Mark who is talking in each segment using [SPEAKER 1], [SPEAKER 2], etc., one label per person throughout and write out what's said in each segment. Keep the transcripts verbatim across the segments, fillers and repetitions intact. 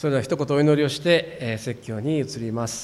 [SPEAKER 1] それでは一言お祈りをして、えー、説教に移ります。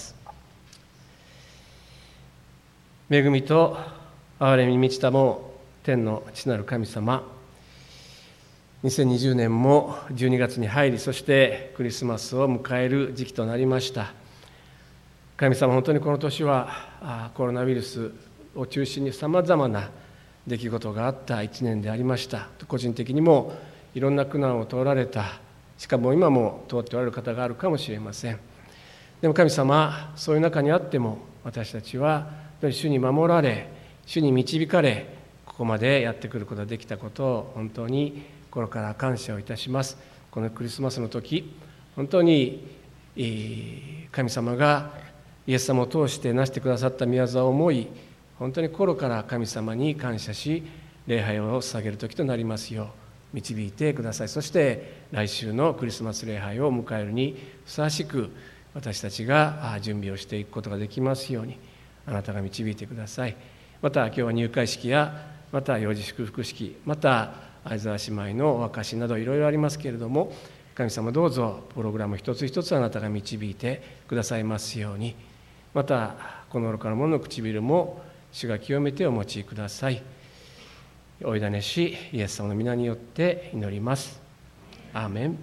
[SPEAKER 1] 恵みと憐れみに満ちたも天の父なる神様、にせんにじゅうねんもじゅうにがつに入り、そしてクリスマスを迎える時期となりました。神様、本当にこの年はコロナウイルスを中心にさまざまな出来事があった一年でありました。個人的にもいろんな苦難を通られた、しかも今も通っておられる方があるかもしれません。でも神様、そういう中にあっても私たちは主に守られ、主に導かれ、ここまでやってくることができたことを本当に心から感謝をいたします。このクリスマスの時、本当に神様がイエス様を通してなしてくださった御業を思い、本当に心から神様に感謝し、礼拝を捧げる時となりますよう導いてください。そして来週のクリスマス礼拝を迎えるにふさわしく私たちが準備をしていくことができますようにあなたが導いてください。また今日は入会式やまた幼児祝福式、また相沢姉妹のお証などいろいろありますけれども、神様どうぞプログラム一つ一つあなたが導いてくださいますように、またこの愚かな者の唇も主が清めてお持ちください。お委ねしイエス様の皆によって祈ります。アーメン。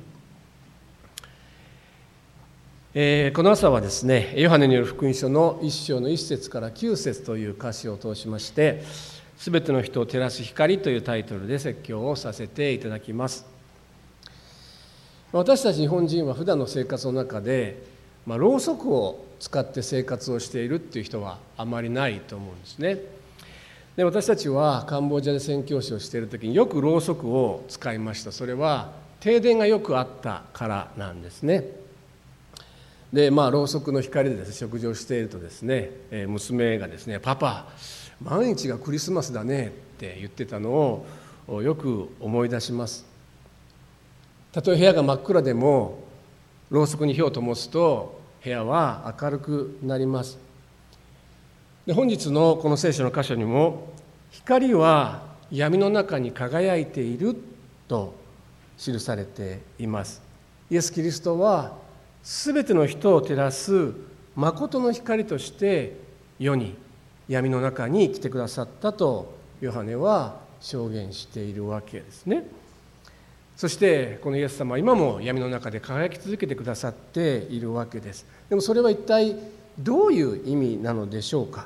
[SPEAKER 1] えー、この朝はですね、ヨハネによる福音書の一章の一節から九節という歌詞を通しまして、すべての人を照らす光というタイトルで説教をさせていただきます。私たち日本人は普段の生活の中で、まあ、ろうそくを使って生活をしているっていう人はあまりないと思うんですね。で、私たちはカンボジアで宣教師をしているときによくろうそくを使いました。それは停電がよくあったからなんですね。で、まあろうそくの光でですね、食事をしているとですね、娘がですね、パパ毎日がクリスマスだねって言ってたのをよく思い出します。たとえ部屋が真っ暗でもろうそくに火を灯すと部屋は明るくなります。で、本日のこの聖書の箇所にも光は闇の中に輝いていると記されています。イエス・キリストはすべての人を照らす誠の光として世に闇の中に来てくださったとヨハネは証言しているわけですね。そしてこのイエス様は今も闇の中で輝き続けてくださっているわけです。でもそれは一体どういう意味なのでしょうか。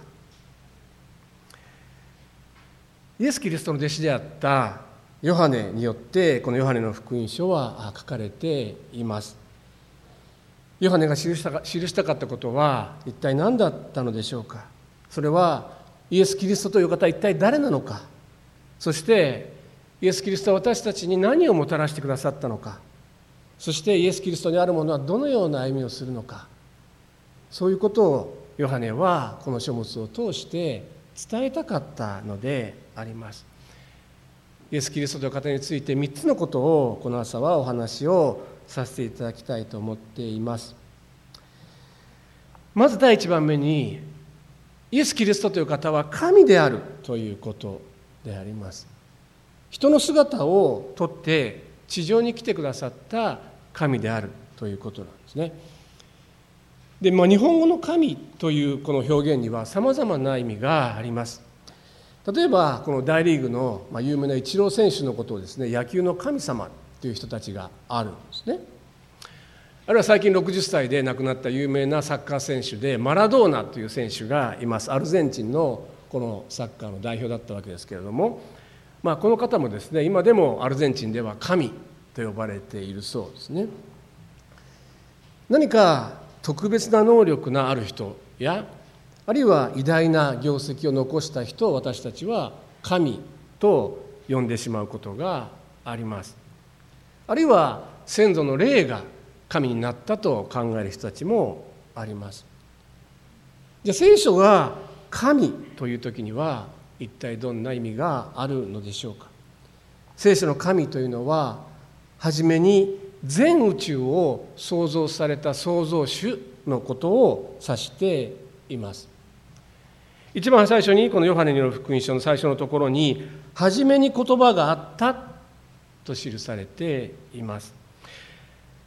[SPEAKER 1] イエス・キリストの弟子であったヨハネによってこのヨハネの福音書は書かれています。ヨハネが記したか、記したかったことは一体何だったのでしょうか。それはイエス・キリストという方は一体誰なのか、そしてイエス・キリストは私たちに何をもたらしてくださったのか、そしてイエス・キリストにあるものはどのような歩みをするのか、そういうことをヨハネはこの書物を通して伝えたかったのであります。イエス・キリストという方についてみっつのことをこの朝はお話をさせていただきたいと思っています。まず第一番目に、イエス・キリストという方は神であるということであります。人の姿をとって地上に来てくださった神であるということなんですね。で、まあ、日本語の神というこの表現にはさまざまな意味があります。例えばこの大リーグの有名なイチロー選手のことをですね、野球の神様という人たちがあるんですね。あるいは最近ろくじゅっさいで亡くなった有名なサッカー選手でマラドーナという選手がいます。アルゼンチンのこのサッカーの代表だったわけですけれども、まあ、この方もですね、今でもアルゼンチンでは神と呼ばれているそうですね。何か特別な能力のある人や、あるいは偉大な業績を残した人を私たちは神と呼んでしまうことがあります。あるいは先祖の霊が神になったと考える人たちもあります。じゃあ聖書が神という時には一体どんな意味があるのでしょうか。聖書の神というのははじめに全宇宙を創造された創造主のことを指しています。一番最初にこのヨハネによる福音書の最初のところに、はじめに言葉があったと記されています。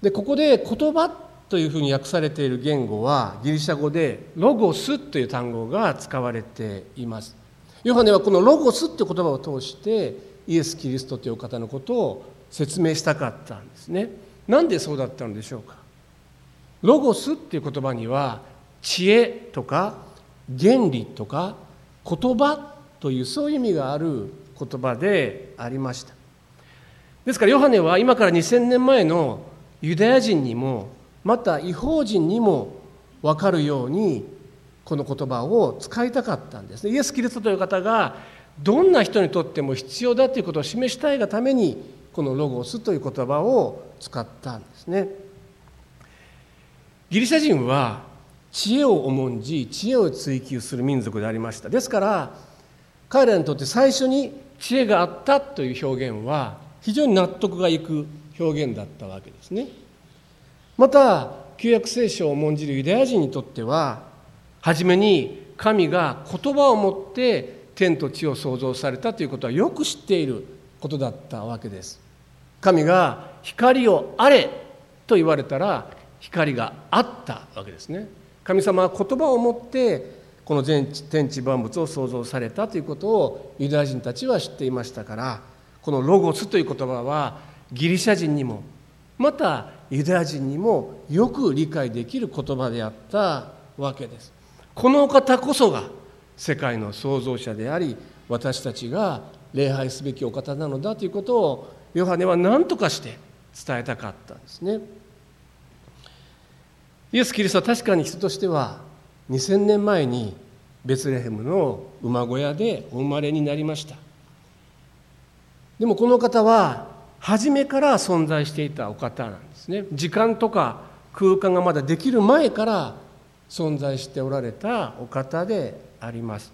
[SPEAKER 1] でここで言葉というふうに訳されている言語はギリシャ語でロゴスという単語が使われています。ヨハネはこのロゴスという言葉を通してイエス・キリストという方のことを説明したかったんですね。なんでそうだったのでしょうか。ロゴスっていう言葉には知恵とか原理とか言葉というそういう意味がある言葉でありました。ですからヨハネは今からにせんねんまえのユダヤ人にもまた異邦人にも分かるようにこの言葉を使いたかったんですね。イエス・キリストという方がどんな人にとっても必要だということを示したいがためにこのロゴスという言葉を使ったんですね。ギリシャ人は知恵を重んじ知恵を追求する民族でありました。ですから彼らにとって最初に知恵があったという表現は非常に納得がいく表現だったわけですね。また旧約聖書を重んじるユダヤ人にとっては初めに神が言葉をもって天と地を創造されたということはよく知っていることだったわけです。神が光をあれと言われたら光があったわけですね。神様は言葉をもってこの全天地万物を創造されたということをユダヤ人たちは知っていましたから、このロゴスという言葉はギリシャ人にもまたユダヤ人にもよく理解できる言葉であったわけです。この方こそが世界の創造者であり、私たちが礼拝すべきお方なのだということをヨハネは何とかして伝えたかったんですね。イエス・キリストは確かに人としてはにせんねんまえにベツレヘムの馬小屋でお生まれになりました。でもこの方は初めから存在していたお方なんですね。時間とか空間がまだできる前から存在しておられたお方であります。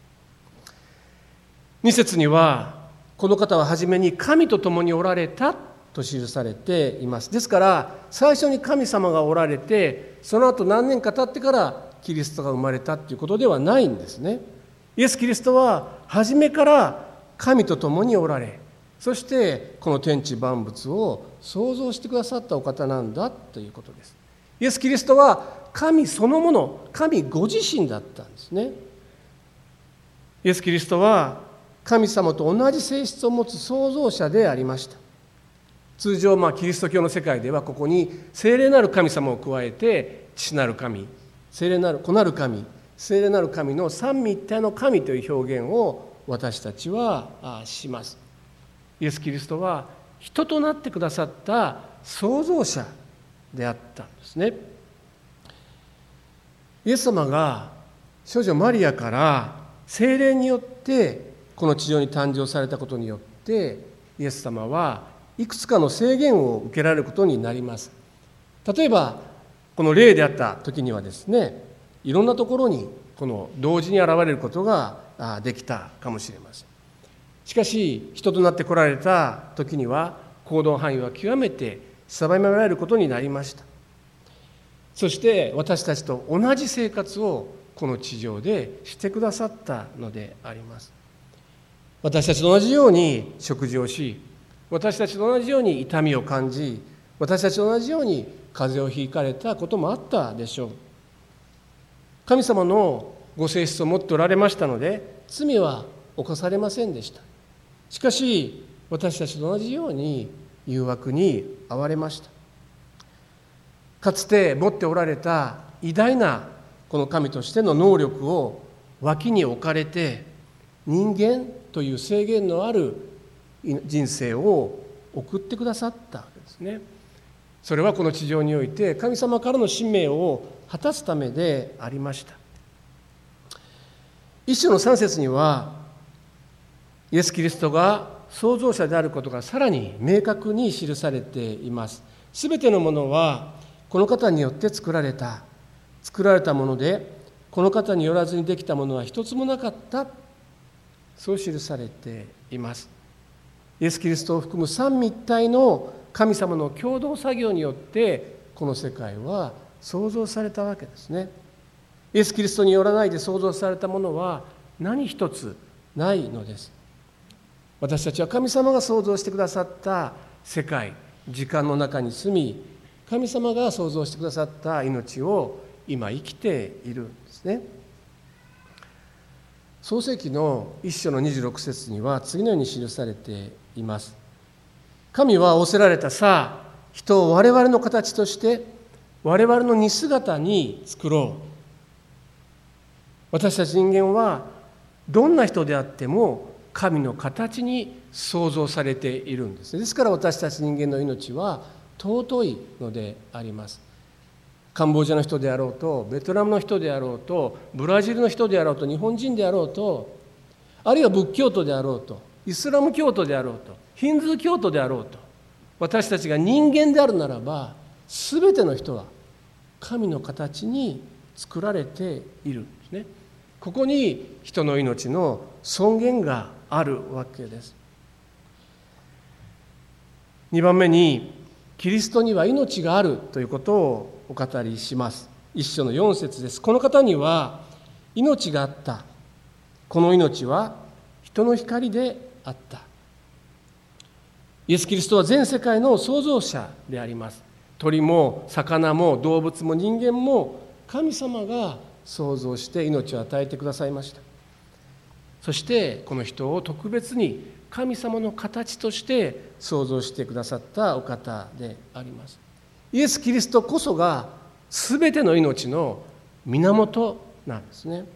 [SPEAKER 1] に節にはこの方は初めに神と共におられたと記されています。ですから最初に神様がおられて、その後何年か経ってからキリストが生まれたということではないんですね。イエス・キリストは初めから神と共におられ、そしてこの天地万物を創造してくださったお方なんだということです。イエス・キリストは神そのもの、神ご自身だったんですね。イエス・キリストは神様と同じ性質を持つ創造者でありました。通常、まあ、キリスト教の世界ではここに聖霊なる神様を加えて父なる神、聖霊なる子なる神、聖霊なる神の三位一体の神という表現を私たちはします。イエス・キリストは人となってくださった創造者であったんですね。イエス様が少女マリアから聖霊によってこの地上に誕生されたことによって、イエス様はいくつかの制限を受けられることになります。例えばこの霊であった時にはですね、いろんなところにこの同時に現れることができたかもしれません。しかし人となって来られた時には行動範囲は極めて狭められることになりました。そして私たちと同じ生活をこの地上でしてくださったのであります。私たちと同じように食事をし、私たちと同じように痛みを感じ、私たちと同じように風邪をひかれたこともあったでしょう。神様のご性質を持っておられましたので罪は犯されませんでした。しかし私たちと同じように誘惑に遭われました。かつて持っておられた偉大なこの神としての能力を脇に置かれて、人間という制限のある人生を送ってくださったわけですね。それはこの地上において神様からの使命を果たすためでありました。一章の三節にはイエス・キリストが創造者であることがさらに明確に記されています。すべてのものはこの方によって作られた。作られたものでこの方によらずにできたものは一つもなかった。そう記されています。イエス・キリストを含む三位一体の神様の共同作業によってこの世界は創造されたわけですね。イエス・キリストによらないで創造されたものは何一つないのです。私たちは神様が創造してくださった世界、時間の中に住み、 神様が創造してくださった命を今生きているんですね。創世記の一章のにじゅうろく節には次のように記されています。神は仰せられた。さあ、人を我々の形として我々の似姿に作ろう。私たち人間はどんな人であっても神の形に創造されているんです。ですから私たち人間の命は尊いのであります。カンボジアの人であろうと、ベトナムの人であろうと、ブラジルの人であろうと、日本人であろうと、あるいは仏教徒であろうと、イスラム教徒であろうと、ヒンズー教徒であろうと、私たちが人間であるならば、すべての人は神の形に作られているんですね。ここに人の命の尊厳があるわけです。にばんめに、キリストには命があるということをお語りします。一章のよん節です。この方には命があった。この命は人の光であった。イエス・キリストは全世界の創造者であります。鳥も魚も動物も人間も神様が創造して命を与えてくださいました。そしてこの人を特別に神様の形として創造してくださったお方であります。イエス・キリストこそがすべての命の源なんですね。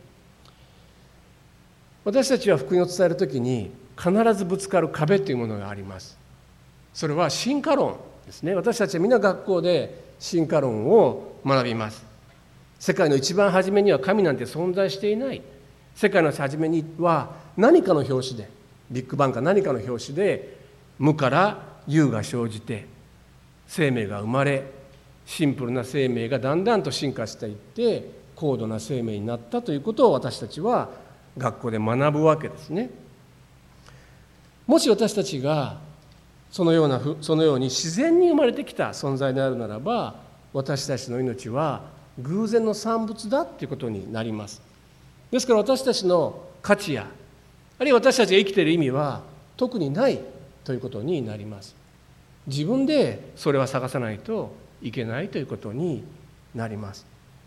[SPEAKER 1] 私たちは福音を伝えるときに必ずぶつかる壁というものがあります。それは進化論ですね。私たちはみんな学校で進化論を学びます。世界の一番初めには神なんて存在していない。世界の初めには何かの拍子で、ビッグバンか何かの拍子で無から有が生じて生命が生まれ、シンプルな生命がだんだんと進化していって高度な生命になったということを私たちは学校で学ぶわけですね。もし私たちがそのようなそのように自然に生まれてきた存在であるならば、私たちの命は偶然の産物だということになります。ですから私たちの価値やあるいは私たちが生きている意味は特にないということになります。自分でそれは探さないといけないということになります。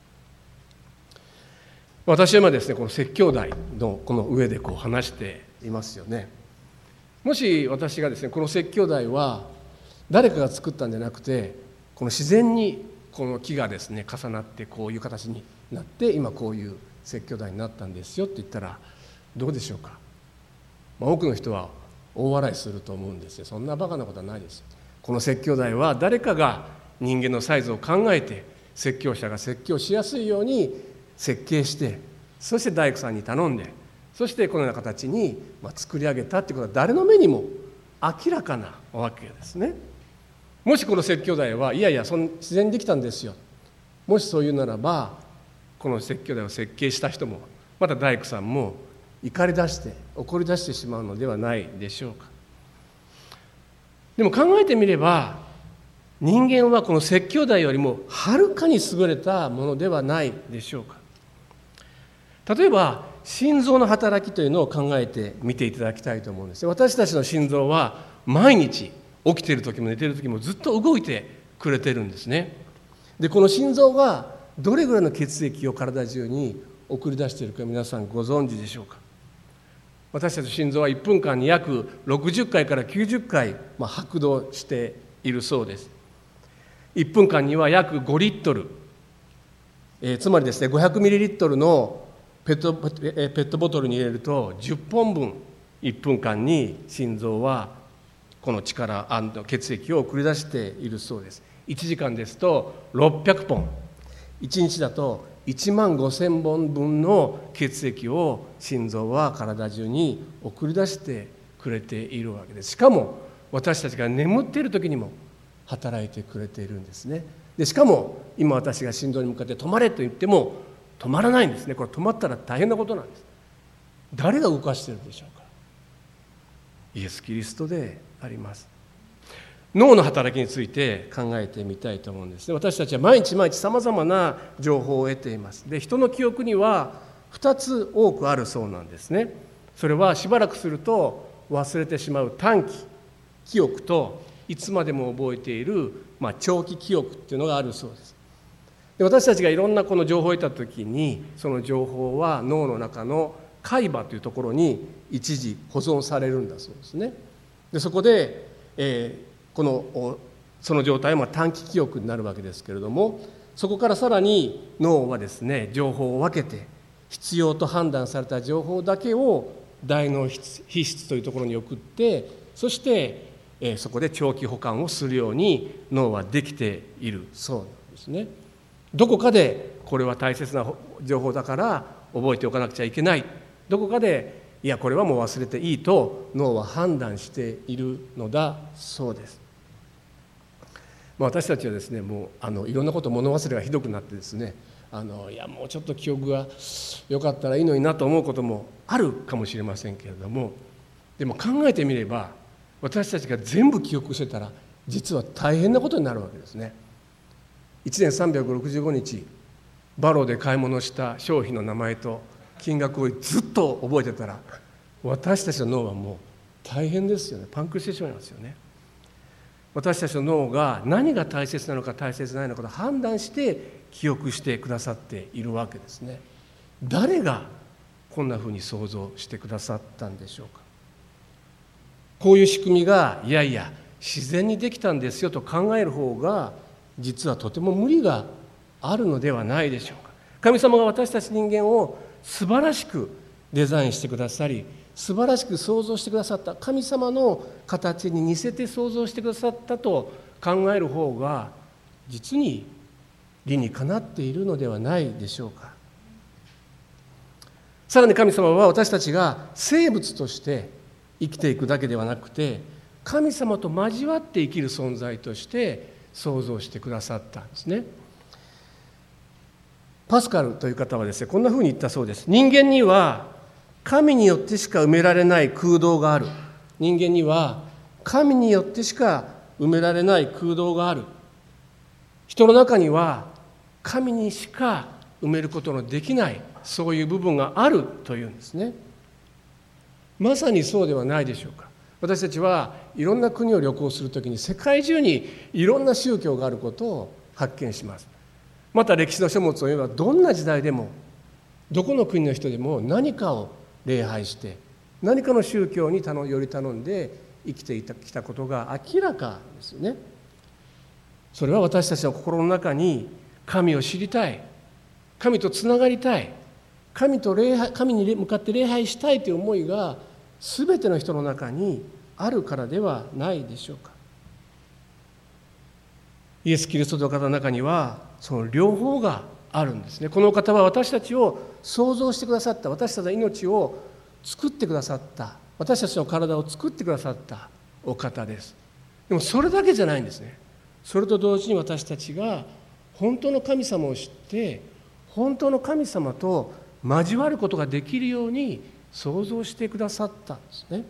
[SPEAKER 1] 私は今ですね、この説教台のこの上でこう話していますよね。もし私がですね、この説教台は誰かが作ったんじゃなくて、この自然にこの木がですね重なってこういう形になって今こういう説教台になったんですよって言ったらどうでしょうか。まあ、多くの人は大笑いすると思うんですよ。そんなバカなことはないです。この説教台は誰かが人間のサイズを考えて、説教者が説教しやすいように設計して、そして大工さんに頼んで、そしてこのような形に作り上げたということは誰の目にも明らかなわけですね。もしこの説教台はいやいやその自然にできたんですよ、もしそういうならば、この説教台を設計した人もまた大工さんも怒り出して怒り出してしまうのではないでしょうか。でも考えてみれば、人間はこの説教台よりもはるかに優れたものではないでしょうか。例えば心臓の働きというのを考えてみていただきたいと思うんです。私たちの心臓は毎日起きている時も寝ている時もずっと動いてくれてるんですね。でこの心臓がどれぐらいの血液を体中に送り出しているか皆さんご存知でしょうか。私たちの心臓はいっぷんかんに約ろくじゅっかいからきゅうじゅっかい、まあ、拍動しているそうです。いっぷんかんには約ごリットル、えー、つまりですねごひゃくミリリットルのペット、えー、ペットボトルに入れるとじゅっぽんぶんいっぷんかんに心臓はこの力血液を送り出しているそうです。いちじかんですとろっぴゃくぽん、いちにちだといちまんごせんぼんぶんの血液を心臓は体中に送り出してくれているわけです。しかも私たちが眠っている時にも働いてくれているんですね。でしかも今私が心臓に向かって止まれと言っても止まらないんですね。これ止まったら大変なことなんです。誰が動かしているでしょうか。イエス・キリストであります。脳の働きについて考えてみたいと思うんですね。私たちは毎日毎日さまざまな情報を得ています。で、人の記憶にはふたつ多くあるそうなんですね。それはしばらくすると忘れてしまう短期記憶と、いつまでも覚えているまあ、長期記憶っていうのがあるそうです。で、私たちがいろんなこの情報を得たときに、その情報は脳の中の海馬というところに一時保存されるんだそうですね。でそこで、えー、このその状態は短期記憶になるわけですけれども、そこからさらに脳はですね、情報を分けて必要と判断された情報だけを大脳皮質というところに送って、そして、えー、そこで長期保管をするように脳はできているそうなんですね。どこかでこれは大切な情報だから覚えておかなくちゃいけない、どこかでいやこれはもう忘れていいと脳は判断しているのだそうです。まあ、私たちはですね、もうあのいろんなこと物忘れがひどくなってですね、あのいやもうちょっと記憶が良かったらいいのになと思うこともあるかもしれませんけれども、でも考えてみれば私たちが全部記憶してたら実は大変なことになるわけですね。いちねんさんびゃくろくじゅうごにちバローで買い物した商品の名前と金額をずっと覚えてたら、私たちの脳はもう大変ですよね。パンクしてしまいますよね。私たちの脳が何が大切なのか大切ないのかと判断して記憶してくださっているわけですね。誰がこんなふうに想像してくださったんでしょうか。こういう仕組みがいやいや自然にできたんですよと考える方が実はとても無理があるのではないでしょうか。神様が私たち人間を素晴らしくデザインしてくださり、素晴らしく創造してくださった、神様の形に似せて創造してくださったと考える方が実に理にかなっているのではないでしょうか。さらに神様は私たちが生物として生きていくだけではなくて、神様と交わって生きる存在として創造してくださったんですね。パスカルという方はですね、こんなふうに言ったそうです。人間には神によってしか埋められない空洞がある。人間には神によってしか埋められない空洞がある。人の中には神にしか埋めることのできない、そういう部分があるというんですね。まさにそうではないでしょうか。私たちはいろんな国を旅行するときに世界中にいろんな宗教があることを発見します。また歴史の書物を読めばどんな時代でもどこの国の人でも何かを礼拝して何かの宗教により頼んで生きてきたことが明らかですよね。それは私たちの心の中に神を知りたい、神とつながりたい、神と礼拝、神に向かって礼拝したいという思いが全ての人の中にあるからではないでしょうか。イエス・キリストの方の中にはその両方があるんですね。この方は私たちを創造してくださった、私たちの命を作ってくださった、私たちの体を作ってくださったお方です。でもそれだけじゃないんですね。それと同時に私たちが本当の神様を知って本当の神様と交わることができるように創造してくださったんですね。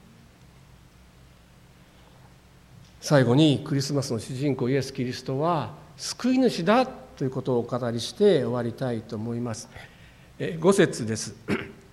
[SPEAKER 1] 最後にクリスマスの主人公イエス・キリストは救い主だということをお語りして終わりたいと思います。ご節です。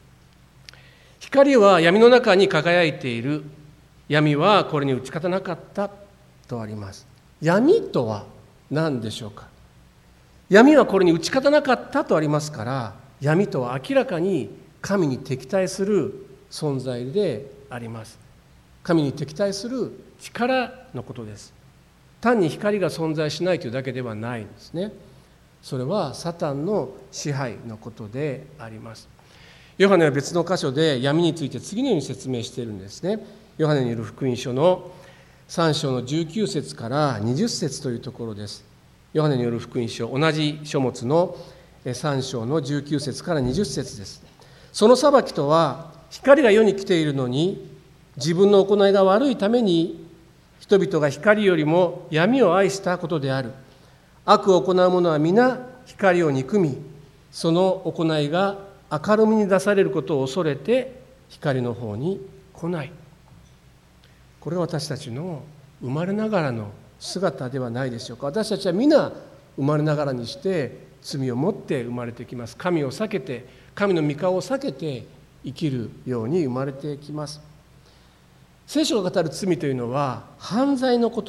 [SPEAKER 1] 光は闇の中に輝いている、闇はこれに打ち勝たなかったとあります。闇とは何でしょうか。闇はこれに打ち勝たなかったとありますから、闇とは明らかに神に敵対する存在であります。神に敵対する力のことです。単に光が存在しないというだけではないんですね。それはサタンの支配のことであります。ヨハネは別の箇所で闇について次のように説明しているんですね。ヨハネによる福音書のさん章のじゅうきゅう節からにじゅっ節というところです。ヨハネによる福音書、同じ書物のさん章のじゅうきゅう節からにじゅっ節です。その裁きとは、光が世に来ているのに自分の行いが悪いために人々が光よりも闇を愛したことである。悪を行う者は皆光を憎み、その行いが明るみに出されることを恐れて光の方に来ない。これは私たちの生まれながらの姿ではないでしょうか。私たちは皆生まれながらにして罪を持って生まれてきます。神を避けて、神の御顔を避けて生きるように生まれてきます。聖書が語る罪というのは犯罪のこと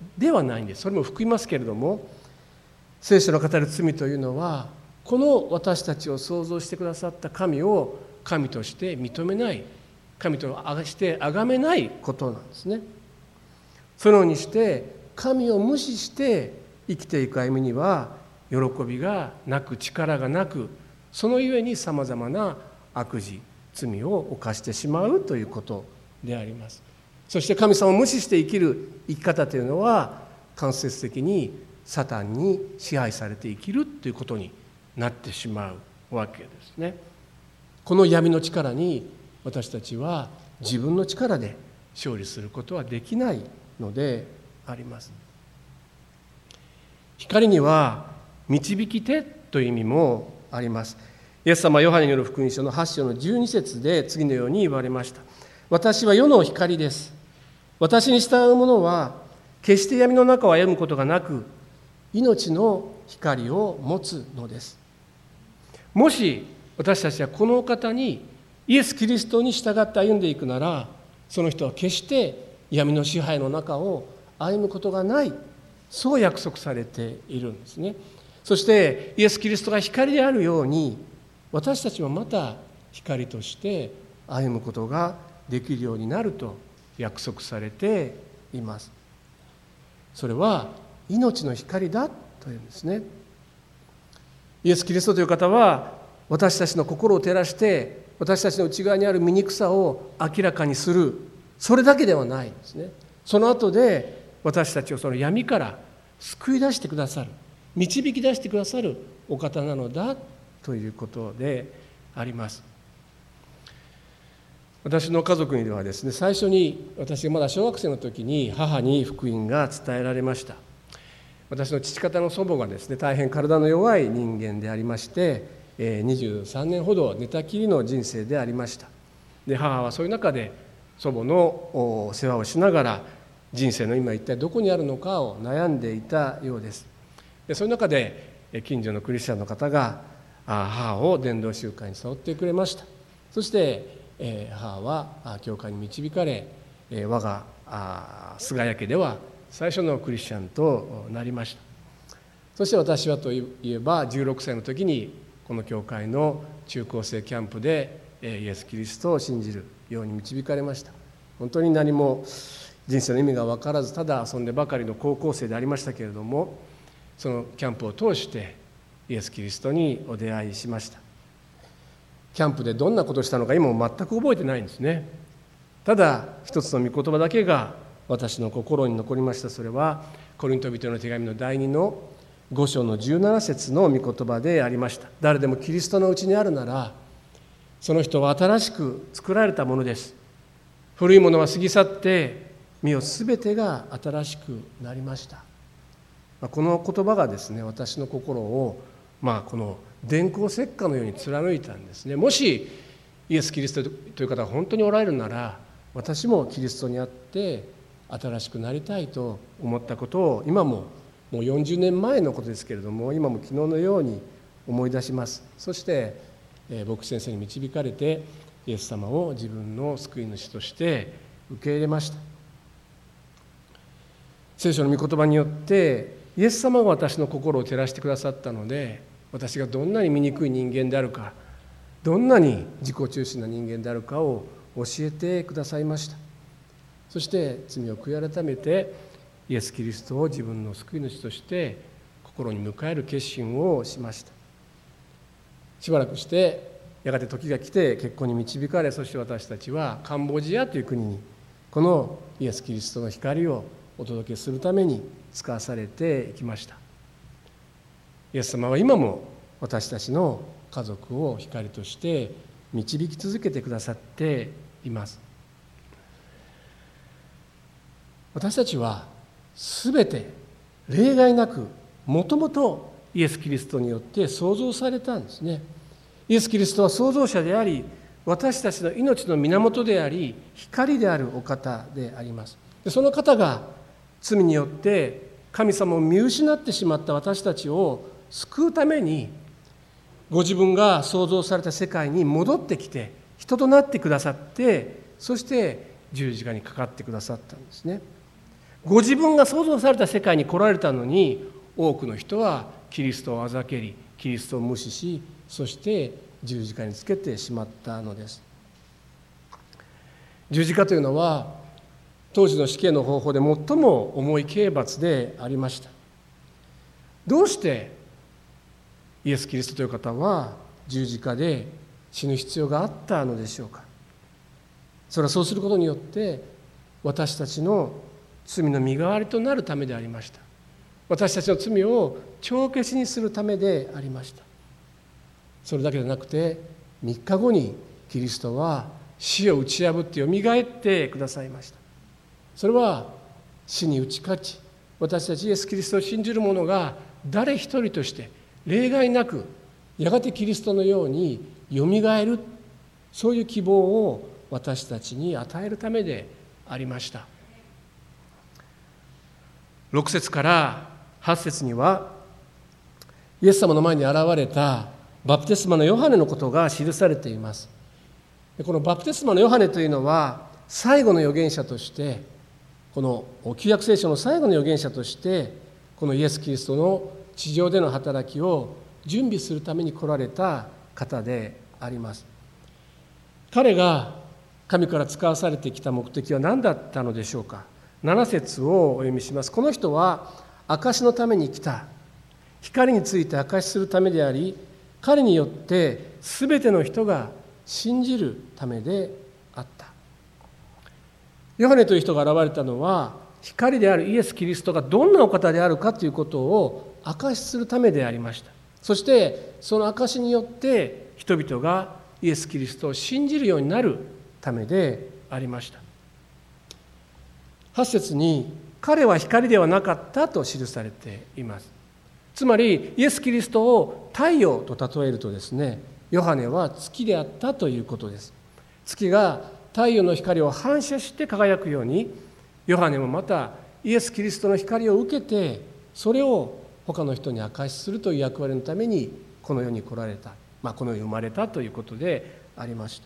[SPEAKER 1] ではないんです。それも含みますけれども、聖書の語る罪というのは、この私たちを創造してくださった神を神として認めない、神として崇めないことなんですね。そのようにして神を無視して生きていく歩みには喜びがなく、力がなく、そのゆえにさまざまな悪事、罪を犯してしまうということであります。そして神様を無視して生きる生き方というのは、間接的にサタンに支配されて生きるということになってしまうわけですね。この闇の力に私たちは自分の力で勝利することはできないのであります。光には導き手という意味もあります。イエス様はヨハネによる福音書のはち章のじゅうに節で次のように言われました。私は世の光です。私に従う者は決して闇の中を歩むことがなく、命の光を持つのです。もし私たちはこのお方に、イエス・キリストに従って歩んでいくなら、その人は決して闇の支配の中を歩むことがない、そう約束されているんですね。そしてイエス・キリストが光であるように、私たちもまた光として歩むことができるようになると約束されています。それは命の光だというんですね。イエス・キリストという方は、私たちの心を照らして、私たちの内側にある醜さを明らかにする、それだけではないんですね。その後で私たちをその闇から救い出してくださる、導き出してくださるお方なのだということであります。私の家族にはですね、最初に私がまだ小学生の時に母に福音が伝えられました。私の父方の祖母がですね、大変体の弱い人間でありまして、にじゅうさんねんほど寝たきりの人生でありました。で、母はそういう中で祖母の世話をしながら、人生の今一体どこにあるのかを悩んでいたようです。で、その中で近所のクリスチャンの方が母を伝道集会に誘ってくれました。そして母は教会に導かれ、我が菅谷家では最初のクリスチャンとなりました。そして私はといえばじゅうろくさいの時にこの教会の中高生キャンプでイエス・キリストを信じるように導かれました。本当に何も人生の意味が分からず、ただ遊んでばかりの高校生でありましたけれども、そのキャンプを通してイエス・キリストにお出会いしました。キャンプでどんなことをしたのか今も全く覚えてないんですね。ただ一つの御言葉だけが私の心に残りました。それはコリント人の手紙のだいにのご章のじゅうなな節の御言葉でありました。誰でもキリストのうちにあるなら、その人は新しく作られたものです。古いものは過ぎ去って身をすべてが新しくなりました。この言葉がですね、私の心を、まあ、この電光石火のように貫いたんですね。もしイエス・キリストという方が本当におられるなら、私もキリストにあって新しくなりたいと思ったことを、今ももうよんじゅうねんまえのことですけれども、今も昨日のように思い出します。そして、えー、牧師先生に導かれてイエス様を自分の救い主として受け入れました。聖書の御言葉によってイエス様が私の心を照らしてくださったので、私がどんなに醜い人間であるか、どんなに自己中心な人間であるかを教えてくださいました。そして罪を悔い改めてイエス・キリストを自分の救い主として心に迎える決心をしました。しばらくしてやがて時が来て結婚に導かれ、そして私たちはカンボジアという国にこのイエス・キリストの光をお届けするために使わされていきました。イエス様は今も私たちの家族を光として導き続けてくださっています。私たちはすべて例外なくもともとイエス・キリストによって創造されたんですね。イエス・キリストは創造者であり、私たちの命の源であり、光であるお方であります。でその方が罪によって神様を見失ってしまった私たちを救うために、ご自分が創造された世界に戻ってきて人となってくださって、そして十字架にかかってくださったんですね。 ご自分が創造された世界に来られたのに、多くの人はキリストをあざけり、キリストを無視し、そして十字架につけてしまったのです。十字架というのは当時の死刑の方法で最も重い刑罰でありました。どうしてイエス・キリストという方は十字架で死ぬ必要があったのでしょうか。それはそうすることによって私たちの罪の身代わりとなるためでありました。私たちの罪を帳消しにするためでありました。それだけでなくて、みっかごにキリストは死を打ち破ってよみがえってくださいました。それは死に打ち勝ち、私たちイエス・キリストを信じる者が誰一人として例外なくやがてキリストのようによみがえる、そういう希望を私たちに与えるためでありました。ろく節からはち節には、イエス様の前に現れたバプテスマのヨハネのことが記されています。このバプテスマのヨハネというのは最後の預言者として、この旧約聖書の最後の預言者としてこのイエス・キリストの地上での働きを準備するために来られた方であります。彼が神から使わされてきた目的は何だったのでしょうか。なな節をお読みします。この人は証しのために来た。光について証しするためであり、彼によってすべての人が信じるためであった。ヨハネという人が現れたのは、光であるイエス・キリストがどんなお方であるかということを証しするためでありました。そしてその証しによって人々がイエス・キリストを信じるようになるためでありました。はち節に彼は光ではなかったと記されています。つまりイエス・キリストを太陽と例えるとですね、ヨハネは月であったということです。月が太陽の光を反射して輝くように、ヨハネもまたイエス・キリストの光を受けて、それを他の人に証しするという役割のためにこの世に来られた、まあ、この世に生まれたということでありました。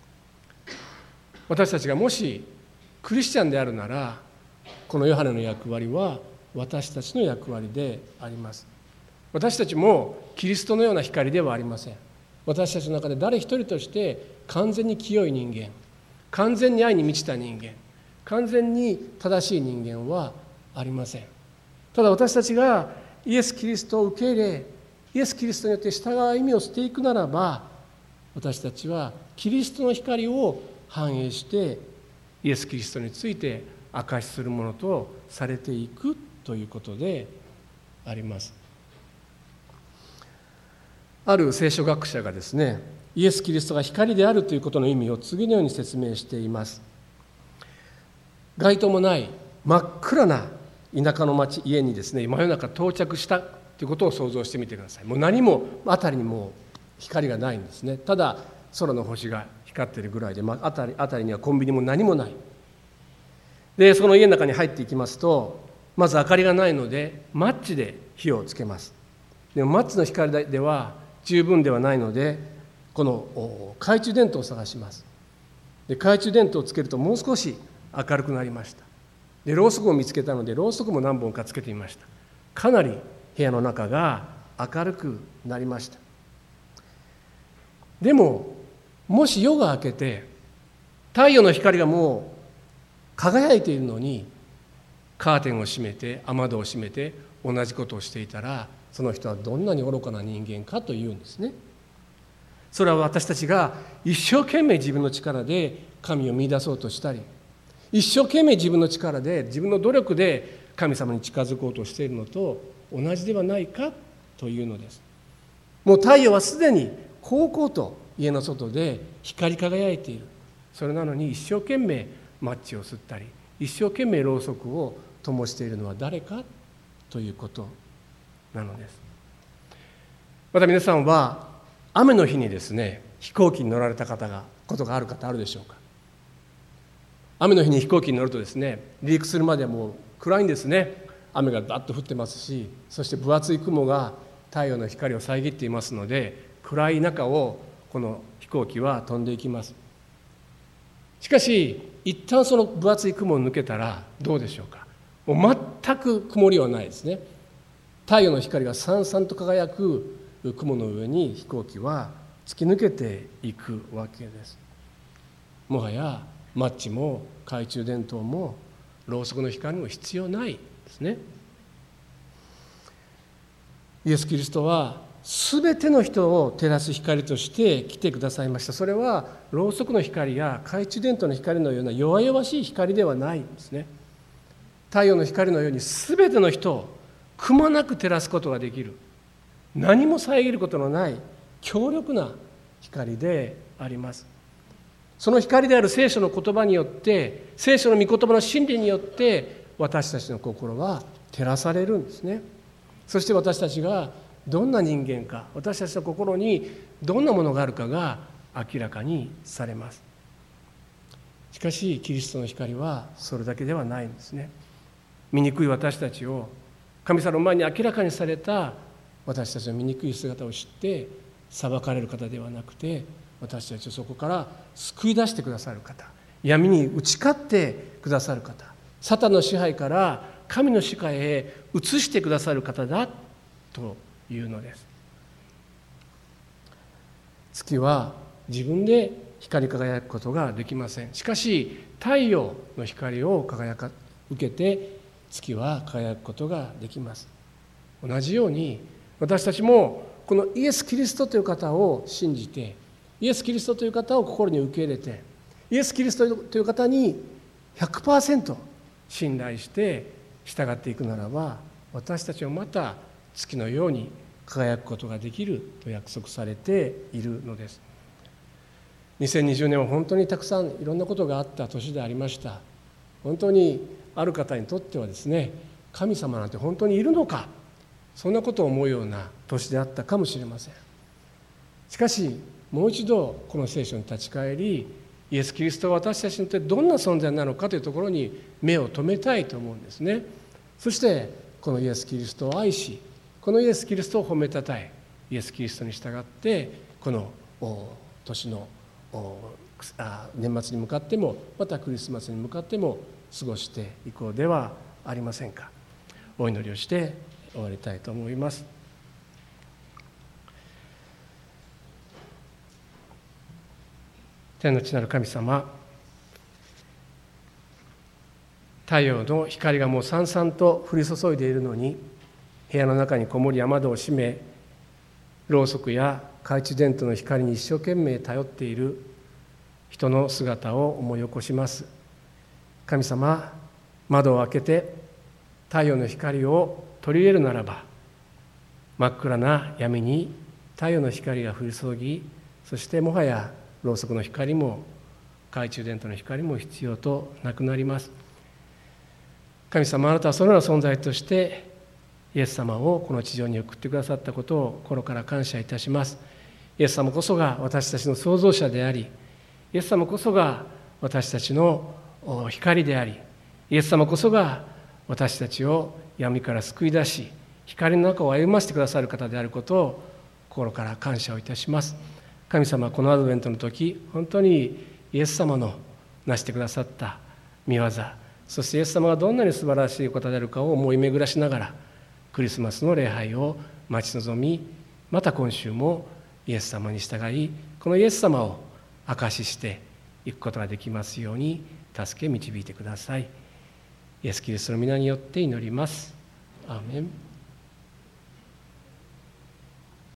[SPEAKER 1] 私たちがもしクリスチャンであるなら、このヨハネの役割は私たちの役割であります。私たちもキリストのような光ではありません。私たちの中で誰一人として完全に清い人間、完全に愛に満ちた人間、完全に正しい人間はありません。ただ私たちがイエス・キリストを受け入れ、イエス・キリストによって従う歩みをしていくならば、私たちはキリストの光を反映してイエス・キリストについて証しするものとされていくということであります。ある聖書学者がですね、イエス・キリストが光であるということの意味を次のように説明しています。街灯もない真っ暗な田舎の町、家にですね、真夜中到着したということを想像してみてください。もう何も辺りにも光がないんですね。ただ空の星が光っているぐらいで、まあ、辺り、辺りにはコンビニも何もない。でその家の中に入っていきますと、まず明かりがないのでマッチで火をつけます。でもマッチの光では十分ではないので、この懐中電灯を探します。で懐中電灯をつけるともう少し明るくなりました。でろうそくを見つけたのでろうそくも何本かつけてみました。かなり部屋の中が明るくなりました。でももし夜が明けて太陽の光がもう輝いているのに、カーテンを閉めて雨戸を閉めて同じことをしていたら、その人はどんなに愚かな人間かというんですね。それは私たちが一生懸命自分の力で神を見出そうとしたり、一生懸命自分の力で自分の努力で神様に近づこうとしているのと同じではないかというのです。もう太陽はすでにこうこうと家の外で光り輝いている。それなのに一生懸命マッチを吸ったり、一生懸命ろうそくを灯しているのは誰かということなのです。また皆さんは雨の日にですね、飛行機に乗られた方がことがある方あるでしょうか。雨の日に飛行機に乗るとですね、離陸するまではもう暗いんですね。雨がダッと降ってますし、そして分厚い雲が太陽の光を遮っていますので、暗い中をこの飛行機は飛んでいきます。しかし一旦その分厚い雲を抜けたらどうでしょうか。 もう全く曇りはないですね。太陽の光がさんさんと輝く雲の上に飛行機は突き抜けていくわけです。もはやマッチも懐中電灯もろうそくの光も必要ないですね。イエス・キリストはすべての人を照らす光として来てくださいました。それはろうそくの光や懐中電灯の光のような弱々しい光ではないんですね。太陽の光のようにすべての人をくまなく照らすことができる、何も遮ることのない強力な光であります。その光である聖書の言葉によって、聖書の御言葉の真理によって私たちの心は照らされるんですね。そして私たちがどんな人間か、私たちの心にどんなものがあるかが明らかにされます。しかしキリストの光はそれだけではないんですね。醜い私たちを神様の前に明らかにされた私たちの醜い姿を知って裁かれる方ではなくて、私たちをそこから救い出してくださる方、闇に打ち勝ってくださる方、サタンの支配から神の支配へ移してくださる方だというのです。月は自分で光り輝くことができません。しかし太陽の光を輝か受けて月は輝くことができます。同じように私たちもこのイエス・キリストという方を信じて、イエス・キリストという方を心に受け入れて、イエス・キリストという方に ひゃくパーセント 信頼して従っていくならば、私たちはまた月のように輝くことができると約束されているのです。にせんにじゅうねんは本当にたくさんいろんなことがあった年でありました。本当にある方にとってはですね、神様なんて本当にいるのか、そんなことを思うような年であったかもしれません。しかしもう一度この聖書に立ち返り、イエス・キリストが私たちにとってどんな存在なのかというところに目を留めたいと思うんですね。そしてこのイエス・キリストを愛し、このイエス・キリストを褒めたたえ、イエス・キリストに従ってこの年の年末に向かっても、またクリスマスに向かっても過ごしていこうではありませんか。お祈りをして終わりたいと思います。天の地なる神様、太陽の光がもうさんさんと降り注いでいるのに、部屋の中にこもり雨戸を閉め、ろうそくや懐中電灯の光に一生懸命頼っている人の姿を思い起こします。神様、窓を開けて太陽の光を取り入れるならば、真っ暗な闇に太陽の光が降り注ぎ、そしてもはやろうそくの光も懐中電灯の光も必要となくなります。神様、あなたはそのような存在としてイエス様をこの地上に送ってくださったことを心から感謝いたします。イエス様こそが私たちの創造者であり、イエス様こそが私たちの光であり、イエス様こそが私たちを闇から救い出し、光の中を歩ませてくださる方であることを心から感謝をいたします。神様、このアドベントの時、本当にイエス様の成してくださった御業、そしてイエス様がどんなに素晴らしいお方であるかを思い巡らしながら、クリスマスの礼拝を待ち望み、また今週もイエス様に従い、このイエス様を証ししていくことができますように助け導いてください。イエス・キリストの皆によって祈ります。アーメン。